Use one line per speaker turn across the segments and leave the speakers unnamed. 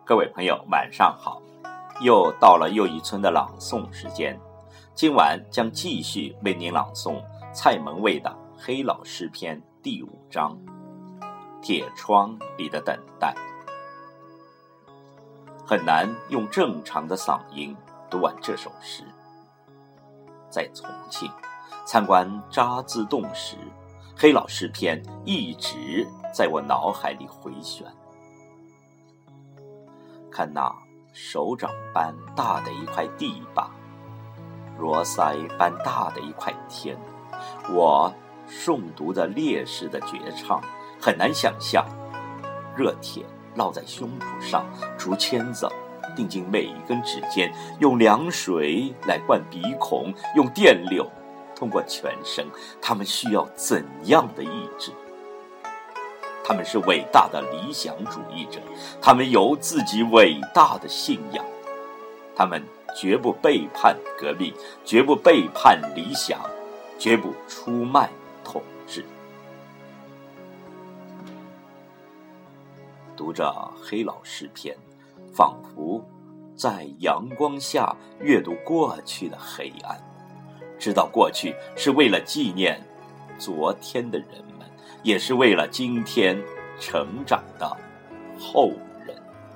各位朋友晚上好，又到了又一村的朗诵时间。今晚将继续为您朗诵蔡蒙卫的《黑老诗篇》第5章铁窗里的等待。很难用正常的嗓音读完这首诗。在重庆参观渣滓洞时，黑老诗篇一直在我脑海里回旋。看那手掌般大的一块地吧，罗塞般大的一块天，我诵读着烈士的绝唱，很难想象热铁烙在胸脯上，竹签子钉进每一根指尖，用凉水来灌鼻孔，用电流通过全身，他们需要怎样的意志？他们是伟大的理想主义者，他们有自己伟大的信仰，他们绝不背叛革命，绝不背叛理想，绝不出卖统治。读着黑老诗篇，仿佛在阳光下阅读过去的黑暗，知道过去是为了纪念昨天的人们，也是为了今天成长的后人。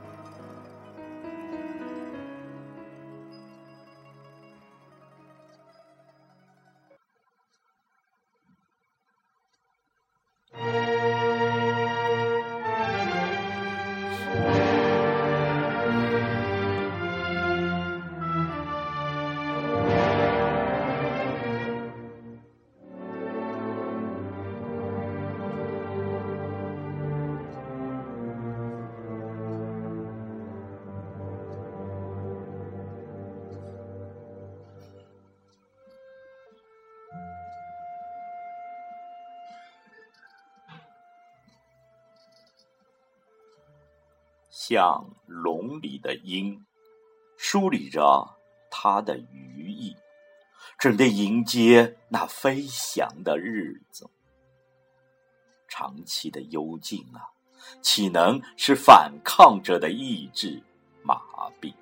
像笼里的鹰，梳理着它的羽翼，准备迎接那飞翔的日子。长期的幽静啊，岂能使反抗者的意志麻痹？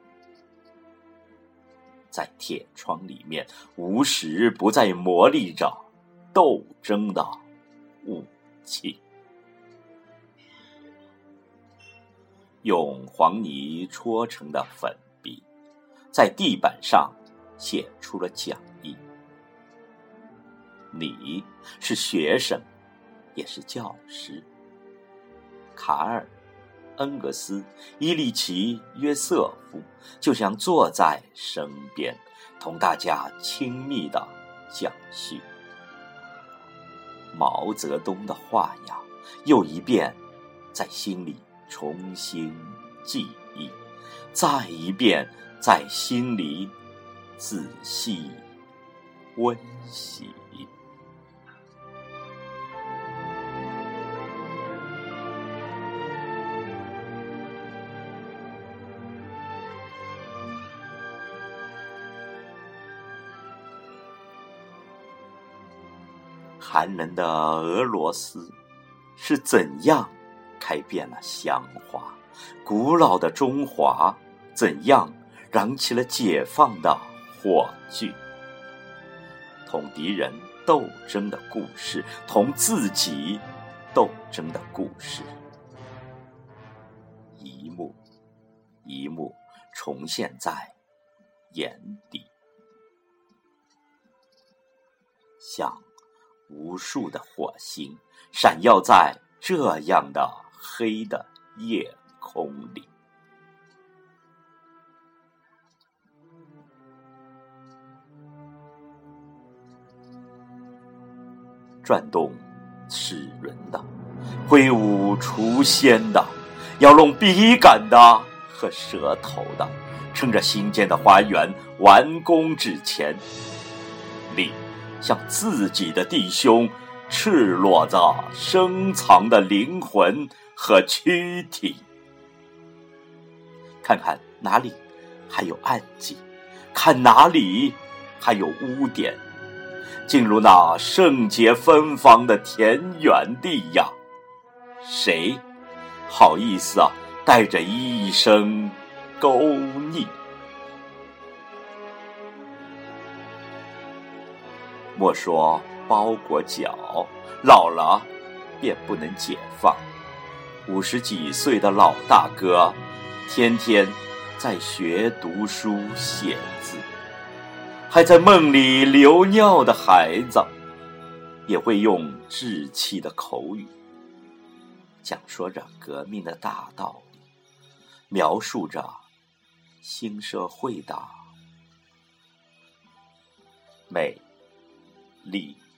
在铁窗里面，无时不再磨砺着斗争的武器。用黄泥戳成的粉笔，在地板上写出了讲义。你是学生，也是教师。卡尔、恩格斯、伊利奇、约瑟夫就像坐在身边，同大家亲密地讲叙。毛泽东的话呀，又一遍在心里重新记忆，再一遍在心里仔细温习。寒冷的俄罗斯是怎样开遍了香花，古老的中华怎样燃起了解放的火炬。同敌人斗争的故事，同自己斗争的故事，一幕一幕重现在眼底，像无数的火星闪耀在这样的黑的夜空里。转动齿轮的，挥舞除仙的，摇弄笔杆的和舌头的，趁着新建的花园完工之前，你向自己的弟兄赤裸着深藏的灵魂和躯体。看看哪里还有暗迹，看哪里还有污点，进入那圣洁芬芳的田园地呀，谁好意思带着一身勾腻。莫说包裹脚，老了便不能解放。50几岁的老大哥，天天在学读书写字，还在梦里流尿的孩子，也会用稚气的口语讲说着革命的大道理，描述着新社会的美丽。